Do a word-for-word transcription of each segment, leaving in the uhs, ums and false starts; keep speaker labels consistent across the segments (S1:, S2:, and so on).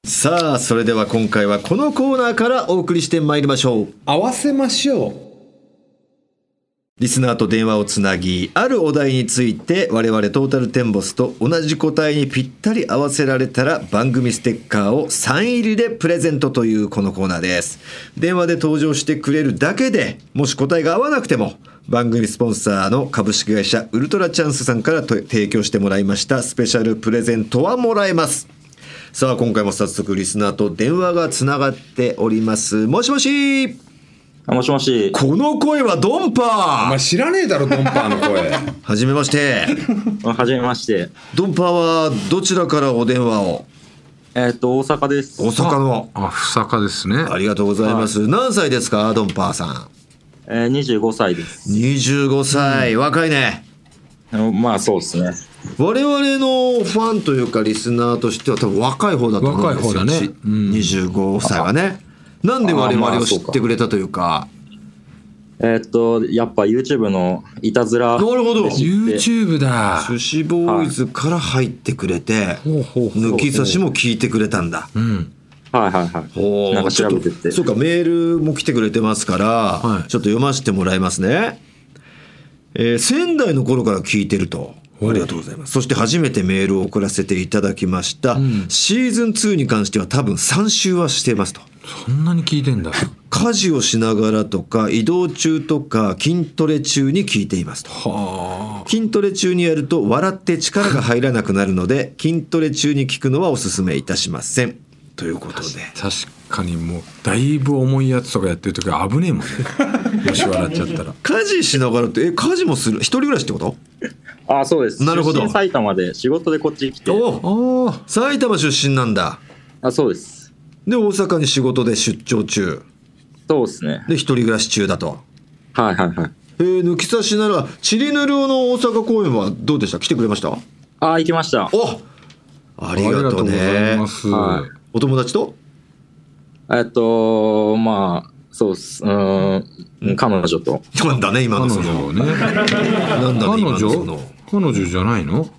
S1: さあそれでは今回はこのコーナーからお送りしてまいりましょう。
S2: 合わせましょう。
S1: リスナーと電話をつなぎ、あるお題について我々トータルテンボスと同じ答えにぴったり合わせられたら番組ステッカーをサイン入りでプレゼントというこのコーナーです。電話で登場してくれるだけで、もし答えが合わなくても番組スポンサーの株式会社ウルトラチャンスさんから提供してもらいましたスペシャルプレゼントはもらえます。さあ今回も早速リスナーと電話がつながっております。もしもし。
S3: あ、もしもし。
S1: この声はドンパー。
S2: お前知らねえだろドンパーの声。
S1: はじめまして。
S3: はじめまして。
S1: ドンパーはどちらからお電話を？
S3: えー、っと大阪です。
S1: 大阪の。
S2: あ、ふさかですね。
S1: ありがとうございます。はい、何歳ですかドンパーさん？
S3: えー、にじゅうごさいです。
S1: にじゅうごさい、うん、若いね。
S3: まあそうですね。
S1: 我々のファンというかリスナーとしては多分若い方だと思うんですよ。
S2: 若い方だね、
S1: うん、にじゅうごさいはね。なんで我々を知ってくれたというか。
S3: えー、っとやっぱ YouTube のいたずら。
S1: なるほど
S2: YouTube だ。
S1: 寿司ボーイズから入ってくれて、はい、抜き差しも聞いてくれたんだ。
S2: うん、
S3: はいはいはい。なんか調べてって。
S1: そうか、メールも来てくれてますから、はい、ちょっと読ませてもらいますね。えー、仙台の頃から聞いてると。ありがとうございます。そして初めてメールを送らせていただきました、うん、シーズンツーに関しては多分さん週はしていますと。
S2: そんなに聞いてんだ。
S1: 家事をしながらとか移動中とか筋トレ中に聞いていますと。はあ、筋トレ中にやると笑って力が入らなくなるので筋トレ中に聞くのはおすすめいたしませんということで。
S2: 確かにもうだいぶ重いやつとかやってる時は危ねえもんね。もし笑っちゃったら。
S1: 家事しながらってえ家事もする？一人暮らしってこと？
S3: ああそうです。
S1: なるほど。
S3: 出身埼玉で仕事でこっち来て。
S1: おあ埼玉出身なんだ。
S3: あそうです。
S1: で大阪に仕事で出張中。
S3: そうですね。
S1: で一人暮らし中だと。
S3: はいはいはい。
S1: えー、抜き差しならチリヌルオの大阪公演はどうでした？来てくれました？
S3: ああ行きました。
S1: おありがとうね。ありがとうございます。はい、お友達と？
S3: えっとまあそうっす。うーん彼女と。
S1: なんだね今のその。
S2: 彼女ね。なんだね今のその。彼女じゃないの？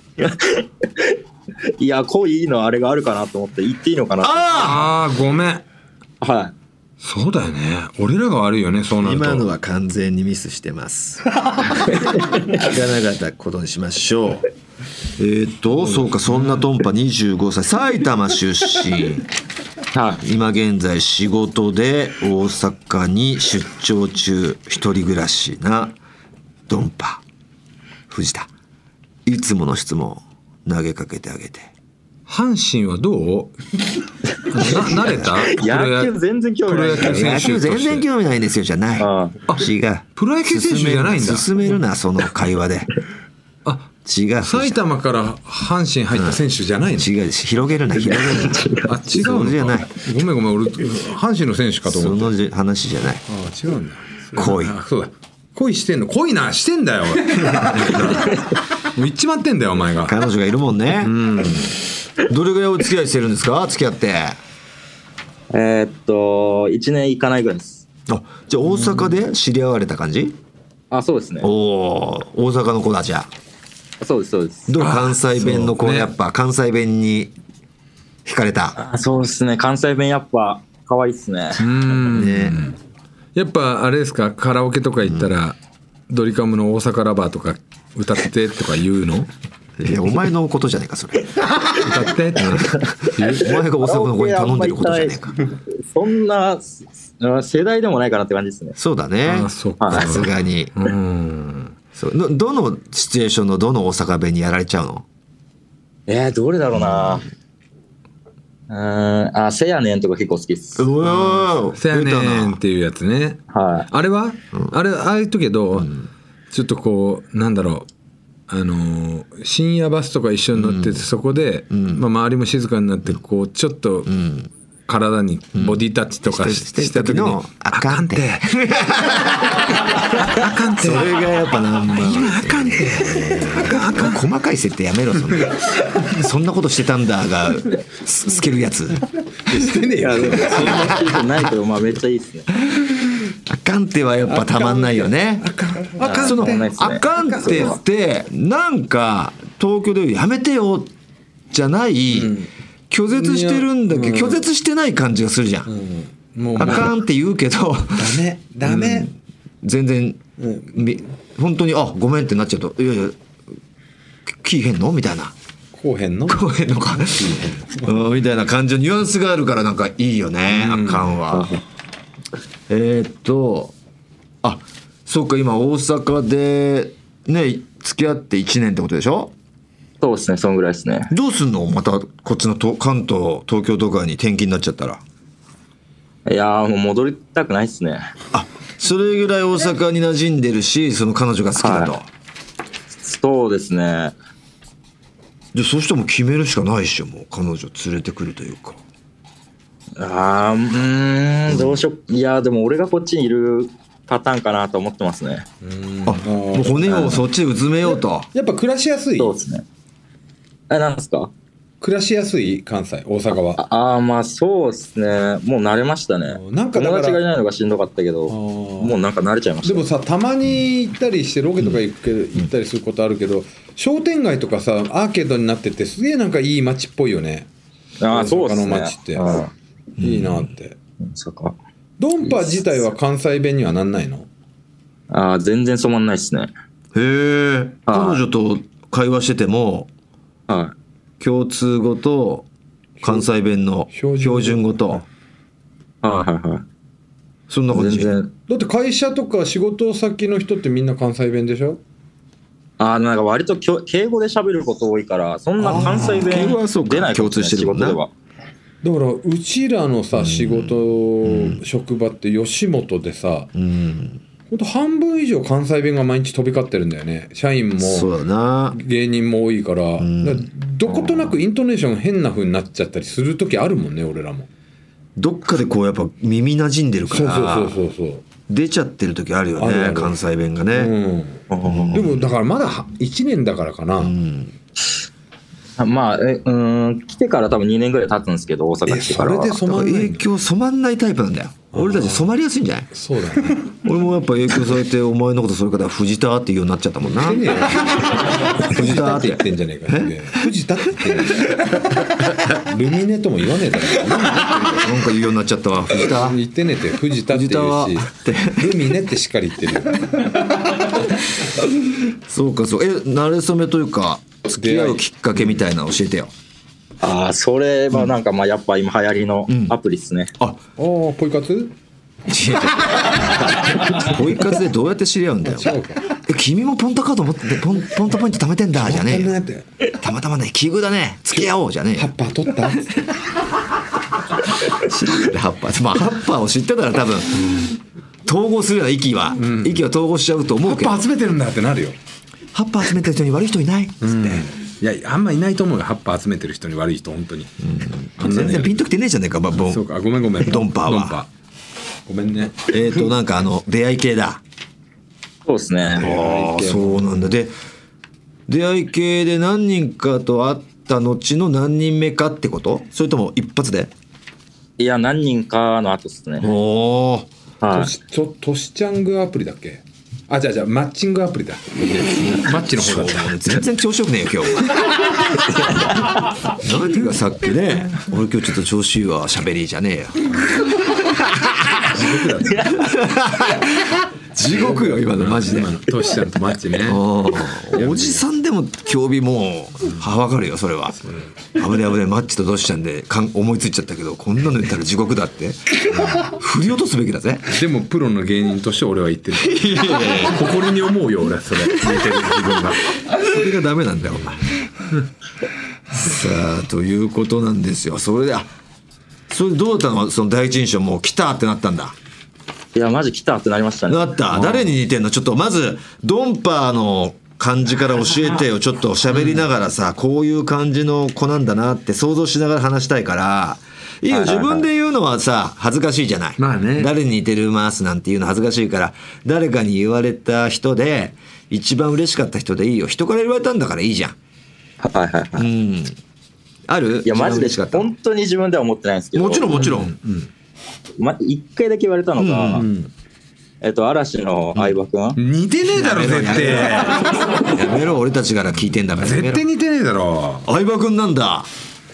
S3: いや恋のあれがあるかなと思って言っていいのかな。
S2: ああごめん。
S3: はい。
S2: そうだよね。俺らが悪いよねそうなると。
S1: 今のは完全にミスしてます。聞かなかったことにしましょう。えー、っとそうかそんなトンパにじゅうごさい埼玉出身。はい、今現在仕事で大阪に出張中一人暮らしなドンパ藤田。いつもの質問投げかけてあげて。
S2: 阪神はどう？な慣れた？
S3: 野球全然興味ない。
S1: 野球全然興味ないんですよじゃない。あ違う。
S2: プロ野球選手じゃないんだ。
S1: 進めるなその会話で。あ違う。
S2: 埼玉から阪神入った選手じゃないの？
S1: 違うです。広げるな広げるな。
S2: あ違うの？じゃない。ごめんごめん俺阪神の選手かと思った。
S1: その話じゃない。
S2: あ違うんだ。
S1: 恋。
S2: そうだ。恋してんの？恋なしてんだよ。もう言っちまってんだよお前が。
S1: 彼女がいるもんね。うん。どれぐらいお付き合いしてるんですか？付き合って。
S3: えー、っといちねんいかないぐらいです。
S1: あじゃあ大阪で知り合われた感じ？
S3: あそうですね。
S1: おお大阪の子だじゃあ。
S3: そうですそうです。
S1: どう関西弁の子、ね、やっぱ関西弁に惹かれた？
S3: あそうですね関西弁やっぱ可愛いっすね。
S2: うんね。やっぱあれですかカラオケとか行ったら、うん、ドリカムの大阪ラバーとか歌ってとか言うの？
S1: いやお前のことじゃねえかそれ。
S2: 歌ってって
S1: お前が大阪の子に頼んでることじゃねえか。
S3: そんな世代でもないかなって感じですね。
S1: そうだね。
S2: あそっか
S1: さすがに。うんそうどどのシチュエーションのどの大阪弁にやられちゃうの？
S3: えー、どれだろうな。うんあせやねんとか結構好きっす。
S1: うわ
S2: せやねんっていうやつね。
S3: はい。
S2: あれは、うん、あれああいう時どう、うん、ちょっとこうなんだろうあのー、深夜バスとか一緒に乗ってて、うん、そこで、うんまあ、周りも静かになってこうちょっと体にボディタッチとか し,、うん、した時にあかんてあかんて
S1: それがやっぱナンバー
S2: 今あかんてあかんあかん
S1: 細かい設定やめろそんなそんなことしてたんだが透けるやつ
S3: してねえよ。そんな聞いてないけどまあめっちゃいいっすね。
S1: あかんてはやっぱたまんないよね。
S2: あかん
S1: あかんそのあかんてってなんか東京でやめてよじゃない、うん、 拒絶してるんだけど、
S2: うん
S1: 拒絶してない感じがするじゃん、
S2: うん、もう
S1: あかんって言うけど
S2: ダメダメ、
S1: うん全然、
S2: うん
S1: み本当にあごめんってなっちゃうといやいや聞いへんのみたいな
S2: こうへんの
S1: こうへんのかうんみたいな感じのニュアンスがあるからなんかいいよね、
S2: うん
S1: あかんは。えーっとあそうか今大阪でね付き合っていちねんってことでしょ。
S3: そうですね、そんぐらいですね。
S1: どうすんのまたこっちのと関東東京とかに転勤になっちゃったら。
S3: いやーもう戻りたくないですね。
S1: あそれぐらい大阪に馴染んでるしその彼女が好きだと、
S3: はい、そうですね。
S1: でそうしても決めるしかないっしょ。もう彼女連れてくるというか。
S3: あーうーんどうしよう。いやでも俺がこっちにいるパターンかなと思ってますね。
S2: うん
S1: あもう骨をそっちでうずめようと。
S2: やっぱ暮らしやすい
S3: そうですね。えなんですか。
S2: 暮らしやすい関西大阪は。
S3: ああまあそうですね。もう慣れましたね。
S2: なんかだから
S3: 友達がいないのがしんどかったけど
S2: あー
S3: もうなんか慣れちゃいました。
S2: でもさたまに行ったりしてロケとか行くけど、行ったりすることあるけど商店街とかさアーケードになっててすげえなんかいい街っぽいよね。
S3: ああそうですね。
S2: 大阪の街って
S3: うん
S2: いいなって。
S3: そっか。
S2: ドンパ自体は関西弁にはなんないの？
S3: ああ全然染まんないですね。
S1: へえ彼女と会話してても
S3: は
S1: 共通語と関西弁の
S2: 標準
S1: 標準語と
S3: いはいはいはい。
S1: そんな感じ。
S3: 全然。
S2: だって会社とか仕事先の人ってみんな関西弁でしょ？
S3: ああなんか割ときょ敬語で喋ること多いからそんな関西
S1: あー敬語はそうか
S3: 弁出ないかもしれない
S1: 共通してるもんな
S3: 仕事では。
S2: だからうちらのさ仕事、職場って吉本でさ
S1: うん
S2: ほんと半分以上関西弁が毎日飛び交ってるんだよね。社員
S1: そう
S2: も
S1: だな。
S2: 芸人も多いから、
S1: ん
S2: だからどことなくイントネーション変な風になっちゃったりする時あるもんね俺らも。
S1: どっかでこうやっぱ耳馴染んでるか
S2: そう
S1: ら
S2: そうそうそうそう
S1: 出ちゃってる時あるよね
S2: あるある
S1: 関西弁がね。
S2: うん、でもだからまだはいちねんだからかな、
S1: うん
S3: まあえうーん来てから多分にねんぐらい経つんですけど大阪
S2: え
S3: 来てからは。
S2: それで染まんないの？
S1: 影響染まんないタイプなんだよ。俺たち染まりやすいんじゃない。
S2: そうだね
S1: 俺もやっぱ影響されてお前のことそれから藤田って言うようになっちゃったもんな。
S2: 言ってねえよ藤田
S1: 田って
S2: って言ってんじゃねえかよ藤田って言ってんじゃねえルミネとも言わねえだろ
S1: なんか言うようになっちゃったわ藤田。
S2: 言ってねえって藤田って言うし
S1: 藤田
S2: ルミネってしっかり言ってるよ
S1: そうかそう。え馴れ初めというか付き合うきっかけみたいなの教えてよ。
S3: ああそれはなんかまあやっぱ今流行りのアプリっすね。
S1: あ
S2: ああポイ活？
S1: 違う違うポイ活でどうやって知り合うんだよ。
S2: 違うか
S1: え君もポンタカード持ってポンポンタポイント貯めてんだじゃねえよ。
S2: って
S1: たまたまね奇遇だね付き合おうじゃねえよ
S2: 葉っぱ取った？
S1: ハッパーまあハッパーを知ってたら多分統合するような息は、息は統合しちゃうと思うけど
S2: 葉っぱ集めてるんだってなるよ。
S1: ハッパー集めてる人に悪い人いないっつって、
S2: いやあんまいないと思うよ葉っぱ集めてる人に悪い人本当に、あんなね
S1: 全然ピンときてねえじゃねえかバボン。
S2: そうかごめんごめん
S1: ドンパーは
S2: ごめんね。
S1: えーとなんかあの出会い系だ。
S3: そうですね。
S1: ああそうなんだ。で出会い系で何人かと会った後の何人目かってこと？それとも一発で？
S3: いや何人かの後ですね。
S1: おお
S3: はい
S2: としととしちゃんグアプリだっけ？あじゃあじゃあマッチングアプリだマッチの方だった
S1: 全然調子よくねえよ今日何がさっきね俺今日ちょっと調子いいわ喋りじゃねえよ地獄よ今のマジで。
S2: 今のとしちゃんとマッチね
S1: おじさんでも興味もうはわかるよそれは。危ね危ねマッチとどうしちゃんでかん思いついちゃったけどこんなの言ったら地獄だって振り落とすべきだぜ。
S2: でもプロの芸人として俺は言ってる誇りに思うよ俺はそれ見てる自分が
S1: それがダメなんだよお前さあということなんですよ。それであそれでどうだったのその第一印象もう来たってなったんだ。
S3: いやマジ来たってなりましたね。
S1: なった誰に似てんのちょっとまずドンパーの感じから教えてよちょっと喋りながらさこういう感じの子なんだなって想像しながら話したいからいいよ自分で言うのはさ恥ずかしいじゃない。
S2: まあね
S1: 誰に似てるますなんていうの恥ずかしいから誰かに言われた人で一番嬉しかった人でいいよ。人から言われたんだからいいじゃん。
S3: はいはいは
S1: う
S3: い。
S1: んある
S3: いやマジで
S1: 一番嬉しかった
S3: 本当に自分では思ってないんですけど。
S1: もちろんもちろん、
S3: ま一回だけ言われたのが、
S1: うん
S2: うん
S3: えっと嵐の相葉くん。
S2: 似てねえだろ絶対
S1: やめろ俺たちから聞いてんだからやめろ
S2: 絶対似てねえだろ
S1: 相葉君なんだ。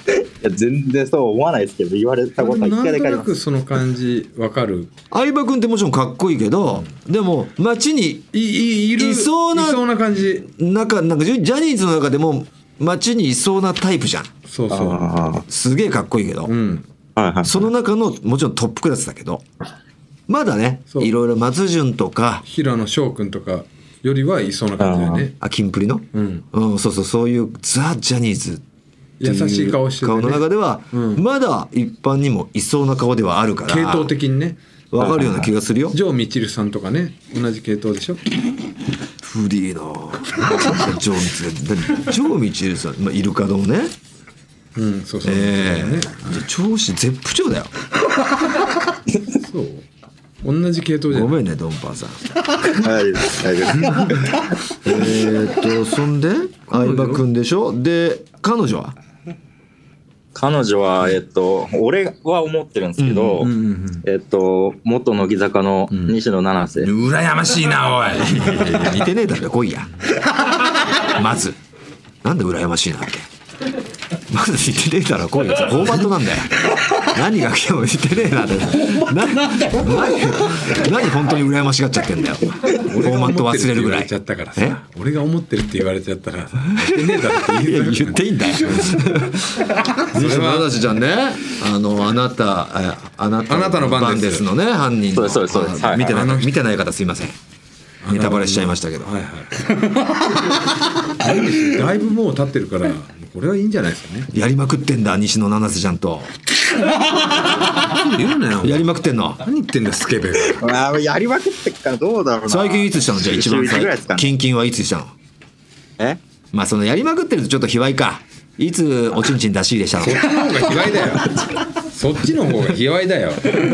S3: や全然そう思わないですけど、言われたことは一回だけあります。
S2: なんとなくその感じわかる。
S1: 相葉君ってもちろんかっこいいけど、でも街に
S2: いいいる
S1: いそうない
S2: そうな感じ。
S1: 中なんかジャジャニーズの中でも街にいそうなタイプじゃん。
S2: そうそう。
S3: あ
S1: すげえかっこいいけど、
S2: うん。
S3: あ、はいはい。
S1: その中のもちろんトップクラスだけど、まだね
S2: そう
S1: いろいろ松潤とか
S2: 平野翔くんとかよりはいそうな感じだよね。
S1: あキンプリの、
S2: うん。
S1: うん、そうそうそういうザ・ジャニーズっていう
S2: 優しい顔しててね
S1: 顔の中では、
S2: うん
S1: まだ一般にもいそうな顔ではあるから
S2: 系統的にね。
S1: わかるような気がするよ。
S2: ジョー・ミチルさんとかね、同じ系統でしょ。
S1: フリーのジョーミチルジョーミチルさん、まあ、イルカ丼ね。
S2: うん、そうそう。
S1: ええ
S2: ね、
S1: 調子絶不調だよ。
S2: そう。同じ系統じゃん。
S1: ごめんねドンパーさん。
S3: はい大丈夫です。
S1: えーっとそんで相葉君でしょ。で彼女は
S3: 彼女は、えっと、俺は思ってるんですけど、
S2: うんうんうん。
S3: えっと、元乃木坂の西野七瀬。
S2: 羨ましいな、おい。
S1: 似てねえだろ来いや。まずなんで羨ましいなって。まず似てねえだろ来いよ。フォーマットなんだよ。何が来ても似てねえなってな何何本当に羨ましがっちゃってんだよ。フォーマット忘れるぐらい。
S2: ちゃったから
S1: え
S2: さ。俺が思ってるって言われちゃったからさ。言ってねえだろって
S1: いや
S2: 言う
S1: 言っていいんだよ。西野七瀬ちゃんね、あのあなたえあなた
S2: あなたの番です
S1: のね犯人の
S3: そうですそうですそうです
S1: あ見てない
S2: あの人
S1: 見てない方すいません。ネタバレしちゃいましたけど。
S2: はいはい。いいですよだいぶもう経ってるから、これはいいんじゃないですかね。
S1: やりまくってんだ西野七瀬ちゃんと。
S2: 言うなよ。
S1: やりまくってんの。
S2: 何言ってんだスケベが。
S3: ああ、やりまくってっからどうだろうな。
S1: 最近いつしたのじゃあ一番
S3: 週一ぐらいですかね。
S1: キンキンはいつしたの。
S3: え
S1: まあそのやりまくってるとちょっと卑猥か。いつおちんちん出し入れしたの。
S2: そっちの方が卑猥だよ。そっちの方が卑猥だよ。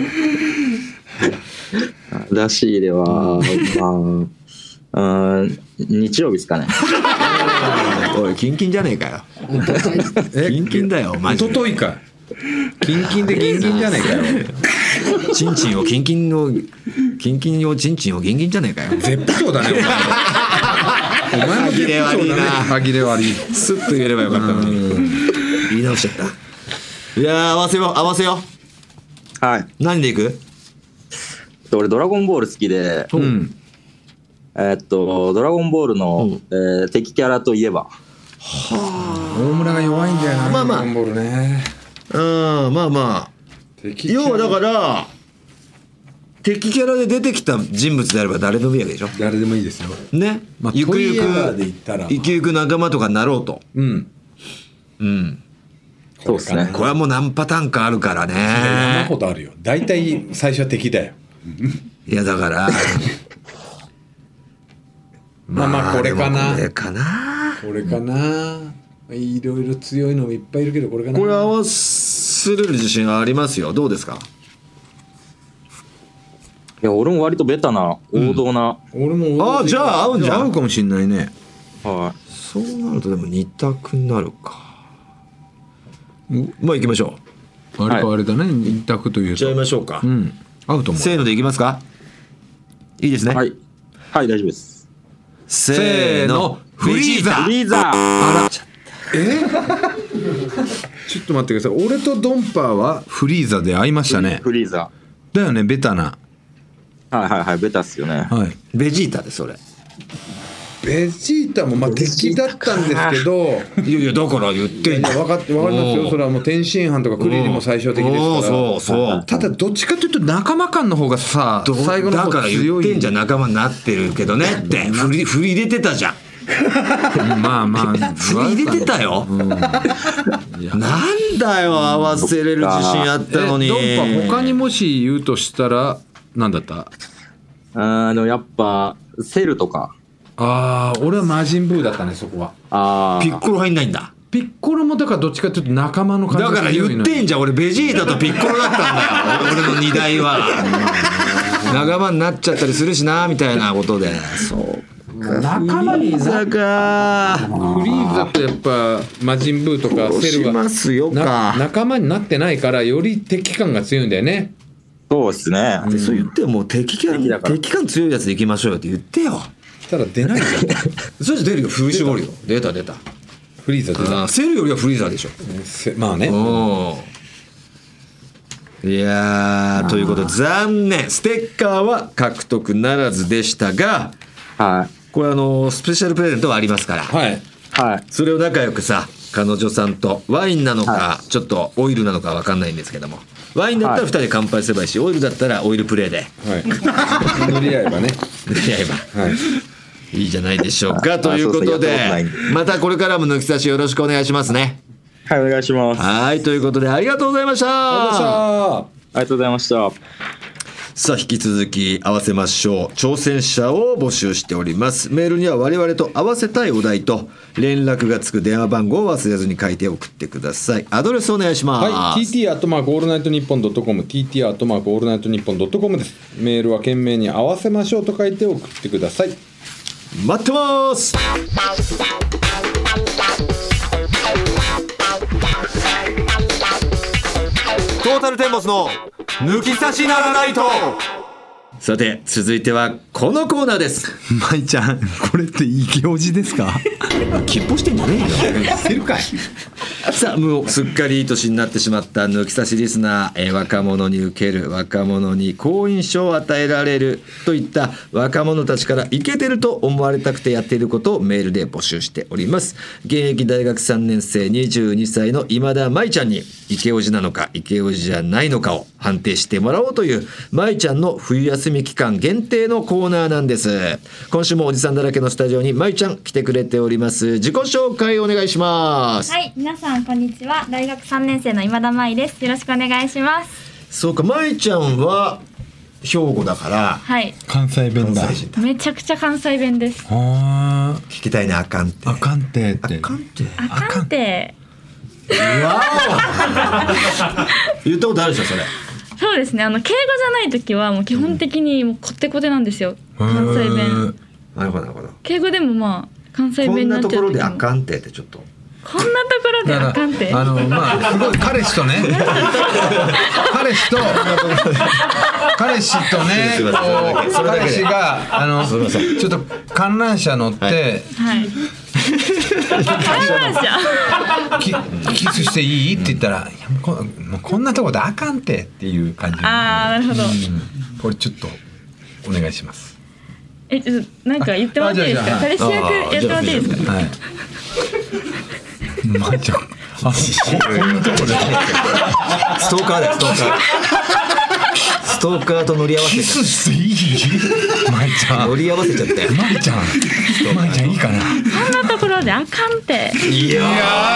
S3: 出し入れは、まあ、うん、日曜日ですかね。
S1: おいキンキンじゃねえかよ。
S2: え
S1: キンキンだよマジ
S2: 一
S1: で。
S2: 昨日か。キンキンでギンギンじゃねえかよ。
S1: チンチンをキンキンのキンキンをチンチンをギンギンじゃねえかよ。
S2: 絶不調だねお前も。お前も絶不調だね。歯切れ悪い。
S1: スッと言えればよかったのに言い直しちゃった。いやー合わせよう合わせよう。
S3: はい。
S1: 何でいく。
S3: 俺、ドラゴンボール好きで、
S2: うん。
S3: えっと、ドラゴンボールの、
S1: うん
S3: えー敵キャラといえば、
S2: 大村が弱いんだよな。
S1: まあまあ
S2: ドラゴンボールね。
S1: うんまあまあ
S2: 敵
S1: 要はだから敵キャラで出てきた人物であれば誰でもいいわけでしょ。
S2: 誰でもいいですよ。
S1: ね、
S2: まあ
S1: ゆくゆく
S2: トイエバーで言ったら
S1: ゆくゆく仲間とかになろうと。
S2: うん。
S1: うん
S3: そうですね。
S1: これはもう何パターンかあるから
S2: いや山
S1: ね。
S2: ほどあるよ。大体最初は敵だよ。
S1: いやだから
S2: まあまあこれかな。
S1: これかな。
S2: これかな。いろいろ強いのもいっぱいいるけどこれかな。
S1: これ合わせれる自信はありますよ。どうですか。
S3: いや、俺も割とベタな、王道な、
S2: 俺も。
S1: あじゃあ合うんじゃん
S2: 合うかもしんないね。
S3: は
S1: そうなるとでも二択になるか。まあ行きましょ
S2: あれかあれだね。二択という
S1: う。じゃあ行
S2: と。
S1: きましょうか。
S2: うん。合うと思う。
S1: せーのでいきますか。いいですね。
S3: い。はい。はい、大丈夫です。
S1: せーのフリーザ。
S3: フリーザー。
S2: あら。えちょっと待ってください。俺とドンパーはフリーザで会いましたね。
S3: フリーザ
S2: だよね、ベタな。
S3: ー。はいはいはい、ベタっすよね。
S2: はい。
S1: ベジータでそれ。
S2: ベジータもまあ敵だったんですけど。
S1: いやいやだから言ってんだよ。
S2: 分かって分かりますよ。それはもう天津飯とかクリリンも最終的ですから。
S1: そうそう
S2: ただどっちかというと仲間間の方がさ、
S1: ど
S2: 最後の方
S1: だから言
S2: 強い。
S1: ってんじゃん仲間になってるけどねって振り振り入れてたじゃん。
S2: まあまあ。
S1: 振り入れてたよ。なんだよ合わせれる自信あったのに。
S2: えドンパ他にもし言うとしたら何だった？
S3: あの、やっぱ、セルとか。
S2: ああ、俺は魔人ブーだったねそこは。
S3: あ
S1: ピッコロ入んないんだ。
S2: ピッコロもだからどっちかというと仲間の感じ
S1: だから言ってんじゃん。俺ベジータとピッコロだったんだよ。俺の二大は仲間になっちゃったりするしなみたいなことで。そう
S2: 仲間に
S1: フリーザか。
S2: フリーザとやっぱ魔人ブーとかセル
S1: し
S2: は
S1: ますよ
S2: な
S1: か。
S2: 仲間になってないからより敵感が強いんだよね。
S3: そうですね。
S1: でそう言ってよ。もう敵キャラ
S3: 敵だから
S1: 敵感強いやつでいきましょうよって言ってよ。
S2: ただ出ないじゃん。
S1: それじゃ出るよ。風絞るよ。出た出た。
S2: フリーザ出た。
S1: あセルよりはフリーザでしょ。
S2: まあね。
S1: おいやーということで残念ステッカーは獲得ならずでしたが、
S3: はい
S1: これあのスペシャルプレゼントはありますから、
S2: はい。
S3: はい
S1: それを仲良くさ彼女さんとワインなのか、
S3: は
S1: ちょっとオイルなのか分かんないんですけども、ワインだったらふたりで乾杯すればいいし、オイルだったらオイルプレイで
S2: はい。乗り合えばね。
S1: やれば
S2: はい。
S1: いいじゃないでしょうか
S3: あ
S1: ということ
S3: そうそうやったことない
S1: で
S3: んで
S1: またこれからも抜き差しよろしくお願いしますね。
S3: はいお願いします。あ
S1: はいということでありがとうございました。
S2: あ
S3: りがとうございました。
S1: さあ引き続き合わせましょう。挑戦者を募集しております。メールには我々と合わせたいお題と連絡がつく電話番号を忘れずに書いて送ってください。アドレスお願いします。
S2: はい、ティーティー アットマークオールナイトニッポンドットコム、ティーティー アットマークオールナイトニッポンドットコムです。メールは懸命に合わせましょうと書いて送ってください。
S1: 待ってます。トータルテンボスの抜き差しならないと。さて続いてはこのコーナーです。
S4: まいちゃんこれっていい行事ですか？
S1: 切符してんじゃねえよ。
S2: してるかい。
S1: さあもうすっかりいい年になってしまった抜き差しリスナー、えー若者に受ける、若者に好印象を与えられるといった若者たちからイケてると思われたくてやっていることをメールで募集しております。現役大学さんねん生にじゅうにさいの今田舞ちゃんにイケオジなのかイケオジじゃないのかを判定してもらおうという舞ちゃんの冬休み期間限定のコーナーなんです。今週もおじさんだらけのスタジオに舞ちゃん来てくれております。自己紹介お願いします。
S5: はい、皆さんこんにちは。大学さんねん生の今田舞です。よろしくお願いします。
S1: そうか、舞ちゃんは兵庫だから
S5: はい、
S4: 関西弁だ。
S1: 関西人だ。
S5: めちゃくちゃ関西弁です。
S4: あ
S1: 聞きたいね、あかんって。
S4: あ、あかんてっ
S1: あ
S4: て。
S1: かんって。
S5: あかんって
S1: わお言ったことあるでしょそれ。
S5: そうですね。あの敬語じゃない時はもう基本的にもうコテコテなんですよ。関西弁。
S1: なるほどなるほど。
S5: 敬語でもまあ関西
S1: こん
S5: 弁になっ
S1: なところで
S5: ちゃう時も。
S1: あかんってってちょっと。
S5: こんなところであかんって。
S2: あのまあすごい彼氏とね彼氏と彼氏とね
S1: すいません
S2: こう
S1: それだけで
S2: 彼氏があのちょっと観覧車乗って、
S1: はい
S5: はい。観覧車。
S2: きキスしていいって言ったら、いやもうこもうこんなとこであかんてっていう感じ。
S5: ああ、なるほど。
S2: うんこれちょっとお願いします。
S5: え、ちょっとなんか言ってもらっていいですか。
S2: あじゃあ
S5: 彼氏役やってもらっていいですか。
S2: はい。まあちゃん、あここんなとこで
S1: ストーカーだよストーカー。ストーカーと乗り合わせ
S2: キ
S1: ちゃっ
S2: スしていい？まいちゃん、
S1: て乗り合わせちゃって。
S2: まいちゃん、まいちゃんいいかな。
S5: こんなところであかんって。
S1: いや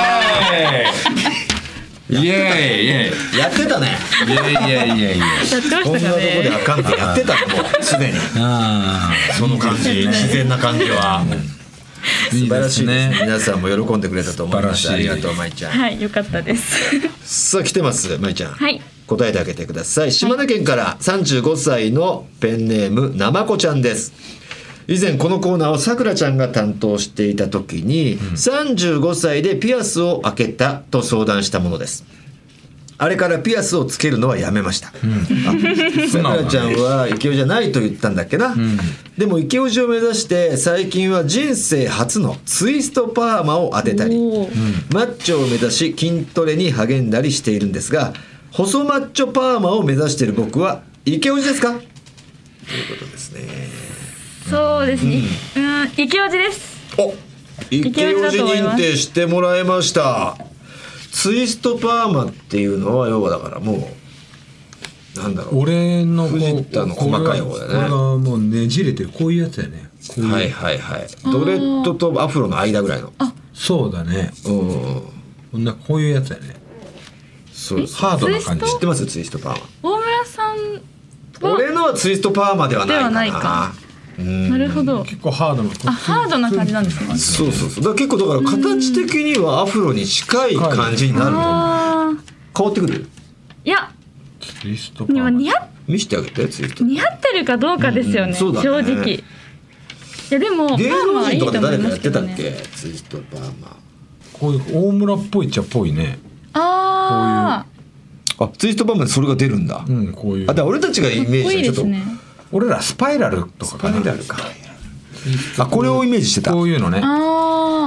S2: イエーイイエーイ
S1: ーやってたね。
S2: イエーイイエーイイエーイイエーイ。
S5: やってま
S1: こんなとこ
S5: したかね。
S1: であかんってやってたのもうすでに。
S2: あ
S1: その感じ自然な感じは。
S2: あ、
S1: 素晴らしいですね。
S2: ね。
S1: 皆さんも喜んでくれたと思います。
S2: 素晴らしい
S1: ありがとう舞ちゃん。
S5: はい、よかったです。
S1: さあ来てます舞ちゃん。
S5: はい。
S1: 答えてあげてください。島根県からさんじゅうごさいのペンネームなまこちゃんです。以前このコーナーをさくらちゃんが担当していた時に、うん、さんじゅうごさいでピアスを開けたと相談したものです。あれからピアスをつけるのはやめました。さくらちゃんはイケオジじゃないと言ったんだっけな、うん、でもイケオジを目指して最近は人生初のツイストパーマを当てたり、うん、マッチョを目指し筋トレに励んだりしているんですが、細マッチョパーマを目指している僕はイケオジですかということですね。
S5: そうですね、うん、うん、イケオジです。
S1: お、イケオジ認定してもらいました。ツイストパーマっていうのは要はだからもうなんだろう、
S2: 俺の
S1: 藤田の細かい方だね。
S2: これはもうねじれてるこういうやつだよね。こういう
S1: はいはいはい。ドレッドとアフロの間ぐらいの。
S2: あ、そうだね。うん。こんなこういうやつだよね。
S1: そうです。
S2: ハードな感じ。
S1: 知ってますツイストパーマ。
S5: 大村さんは
S1: 俺のはツイストパーマではないかな。
S5: ではないか。なるほど。
S2: 結構ハードな。
S5: あ、ハードな感じなんですね。
S1: そうそうそう。だから結構だから形的にはアフロに近い感じになると思う。変わってくる？
S5: いや。
S2: ツイストパーマ。
S5: 似合
S1: 見せてあげてツイスト。
S5: 似合ってるかどうかですよね。
S1: うんうん、ね、
S5: 正直。いやでも
S1: 芸能人とかで誰かやってたっ
S5: ね、
S1: けツイストパーマ。
S2: こういう大村っぽいっちゃっぽいね。
S5: あ
S1: あ。あ、ツイストパーマでそれが出るんだ。
S2: うん、こういう。
S1: あ、だ俺たちがイメージちょっと。
S2: 俺らスパイラルとかかな。
S1: スパイラルか。あ、これをイメージしてた。
S2: こういうのね。
S5: あ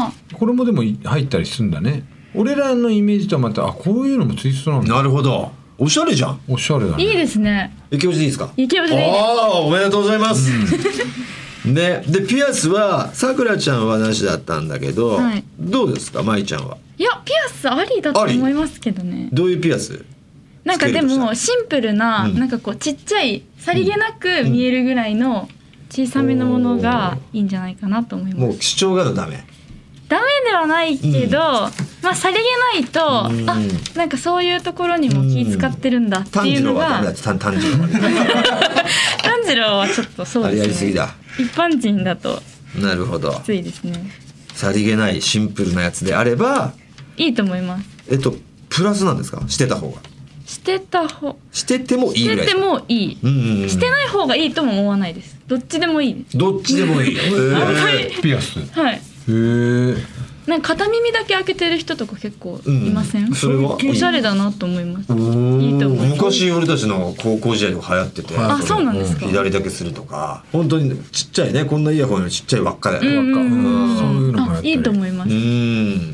S5: あ
S2: これもでも入ったりするんだね。俺らのイメージとはまた、あ、こういうのもツイストなんだ。
S1: なるほど、おしゃれじゃん。
S2: おしゃれだね。
S5: いいですね。
S1: 池内でいいですか？
S5: 池内でいいです。
S1: ああ、おめでとうございます、ね、でピアスはさくらちゃんはなしだったんだけど、
S5: はい、
S1: どうですかまいちゃんは？
S5: いやピアスありだと思いますけどね。
S1: どういうピアス？
S5: なんかでもシンプルな、
S1: うん、
S5: なんかこうちっちゃいさりげなく見えるぐらいの小さめのものがいいんじゃないかなと思います。
S1: もう主張がダメ？
S5: ダメではないけど、うん、まあさりげないと、うん、あ、なんかそういうところにも気使ってるんだっていうのが、うん、
S1: 炭治郎はダメだ。
S5: 炭治郎はちょっとそうですね。
S1: あれやりすぎだ。
S5: 一般人だと
S1: なるほど、
S5: きついですね。
S1: さりげないシンプルなやつであれば
S5: いいと思います。
S1: えっとプラスなんですか？してた方が。
S5: してた方。
S1: しててもいいぐらいですか？しててもいい、
S5: うんうんうん。してない方がいいとも思わないです。どっちでもいいです。
S1: どっちでもいい。
S2: ピアス。
S5: はい。
S2: へえ。
S5: なんか片耳だけ開けてる人とか結構いません？うん、
S1: それは
S5: おしゃれだなと思います。いいと思います。
S1: 昔俺たちの高校時代でも流行ってて、
S5: あ、そうなんですか。
S1: 左だけするとか、本当にちっちゃいね、こんなイヤホンよりちっちゃい輪っかだよね。
S5: うんうんうん、
S2: そういうのも
S5: いいと思います。
S1: うん。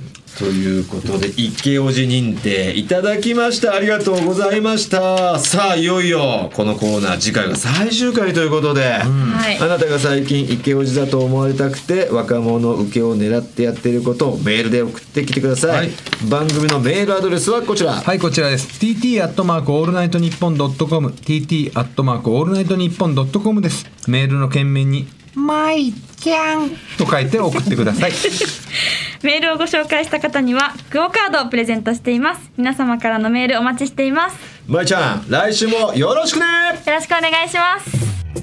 S1: ということで池オジ認定いただきました。ありがとうございました。さあいよいよこのコーナー次回が最終回ということで、うん、あなたが最近池オジだと思われたくて若者受けを狙ってやっていることをメールで送ってきてください、はい、番組のメールアドレスはこちら。
S2: はい、こちらです。 ティーティー アットマークオールナイトニッポンドットコム ティーティー アットマークオールナイトニッポンドットコムです。メールの件名にまいちゃんと書いて送ってください。
S5: メールをご紹介した方にはクオカードをプレゼントしています。皆様からのメールお待ちしています。
S1: まいちゃん、来週もよろしくね。
S5: よろしくお願いします。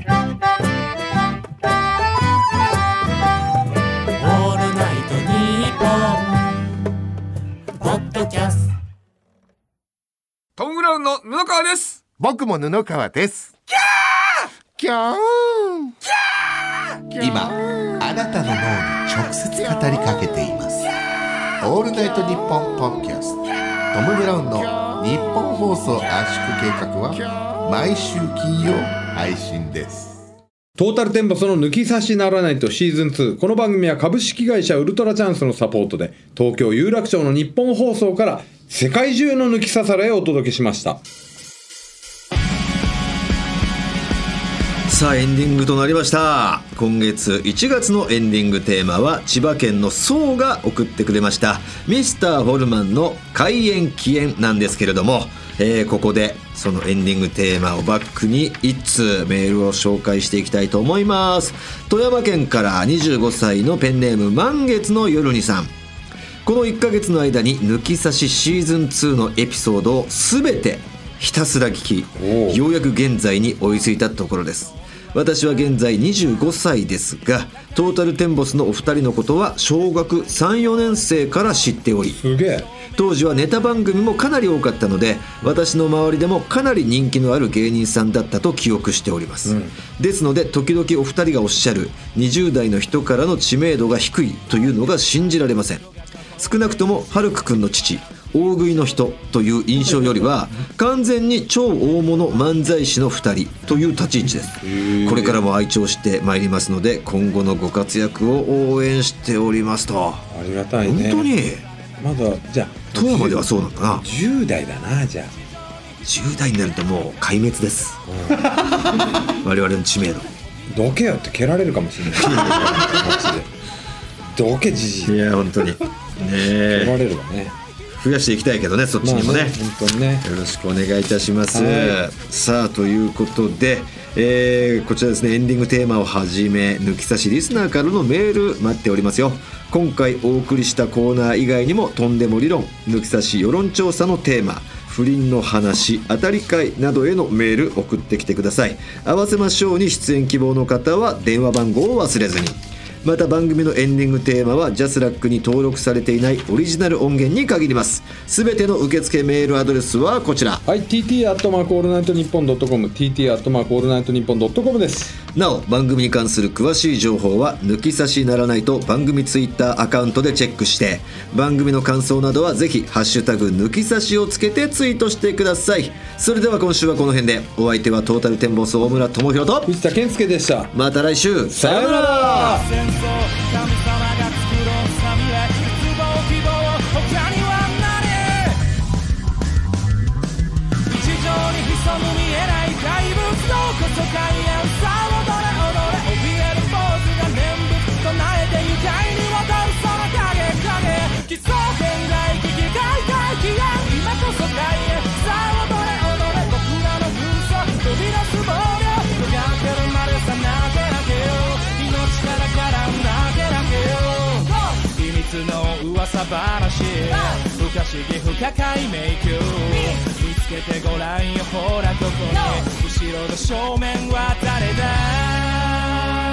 S6: オールナイトニッポンポッドキャスト。
S7: トム・ブラウンの布川です。
S8: 僕も布川です。キャーキャーキャー。今あなたの脳に直接語りかけています。オールナイトニッポンポッドキャスト、トム・ブラウンの日本放送圧縮計画は毎週金曜配信です。
S2: トータルテンボスの抜き差しならないとシーズンツー。この番組は株式会社ウルトラチャンスのサポートで東京有楽町の日本放送から世界中の抜き差されをお届けしました。
S1: さあエンディングとなりました。今月いちがつのエンディングテーマは千葉県のソウが送ってくれましたミスターホルマンの開演起演なんですけれども、えー、ここでそのエンディングテーマをバックにいっ通メールを紹介していきたいと思います。富山県からにじゅうごさいのペンネーム満月の夜にさん。このいっかげつの間に抜き差しシーズンツーのエピソードを全てひたすら聞き、ようやく現在に追いついたところです。私は現在にじゅうごさいですが、トータルテンボスのお二人のことは小学さん、よねん生から知っており、
S2: すげえ。
S1: 当時はネタ番組もかなり多かったので、私の周りでもかなり人気のある芸人さんだったと記憶しております、うん、ですので時々お二人がおっしゃるにじゅう代の人からの知名度が低いというのが信じられません。少なくともハルク君の父大食いの人という印象よりは完全に超大物漫才師のふたりという立ち位置です。これからも愛聴してまいりますので今後のご活躍を応援しておりますと。
S2: ありがたいね。
S1: 本当に
S2: まだじゃあ
S1: 富山ではそうなのかな。
S2: じゅう代だな。じゃあ
S1: じゅう代になるともう壊滅です、うん、我々の知名度。
S2: どけよって蹴られるかもしれないどけじじい。
S1: いや本当にねえ
S2: 蹴られるわね。
S1: 増やしていきたいけどね、そっちにもね、まあ、ね
S2: 本当にねよ
S1: ろしくお願いいたします、
S2: はい、
S1: さあということで、えー、こちらですねエンディングテーマをはじめ抜き差しリスナーからのメール待っておりますよ。今回お送りしたコーナー以外にもとんでも理論、抜き差し世論調査のテーマ、不倫の話、当たり会などへのメール送ってきてください。合わせましょうに出演希望の方は電話番号を忘れずに。また番組のエンディングテーマはジャスラックに登録されていないオリジナル音源に限ります。すべての受付メールアドレスはこちら。
S2: はい、ティーティー アットマークオールナイトニッポンドットコム ティーティー アットマークオールナイトニッポンドットコムです。
S1: なお番組に関する詳しい情報は抜き差しならないと番組ツイッターアカウントでチェックして、番組の感想などはぜひハッシュタグ抜き差しをつけてツイートしてください。それでは今週はこの辺で。お相手はトータルテンボス大村智広と
S2: 藤田健介でした。
S1: また来週、
S2: さようなら。
S6: 戦争神様が作ろう侍
S9: 噂話不可思議不可解迷宮見つけてごらんよほらここに後ろの正面は誰だ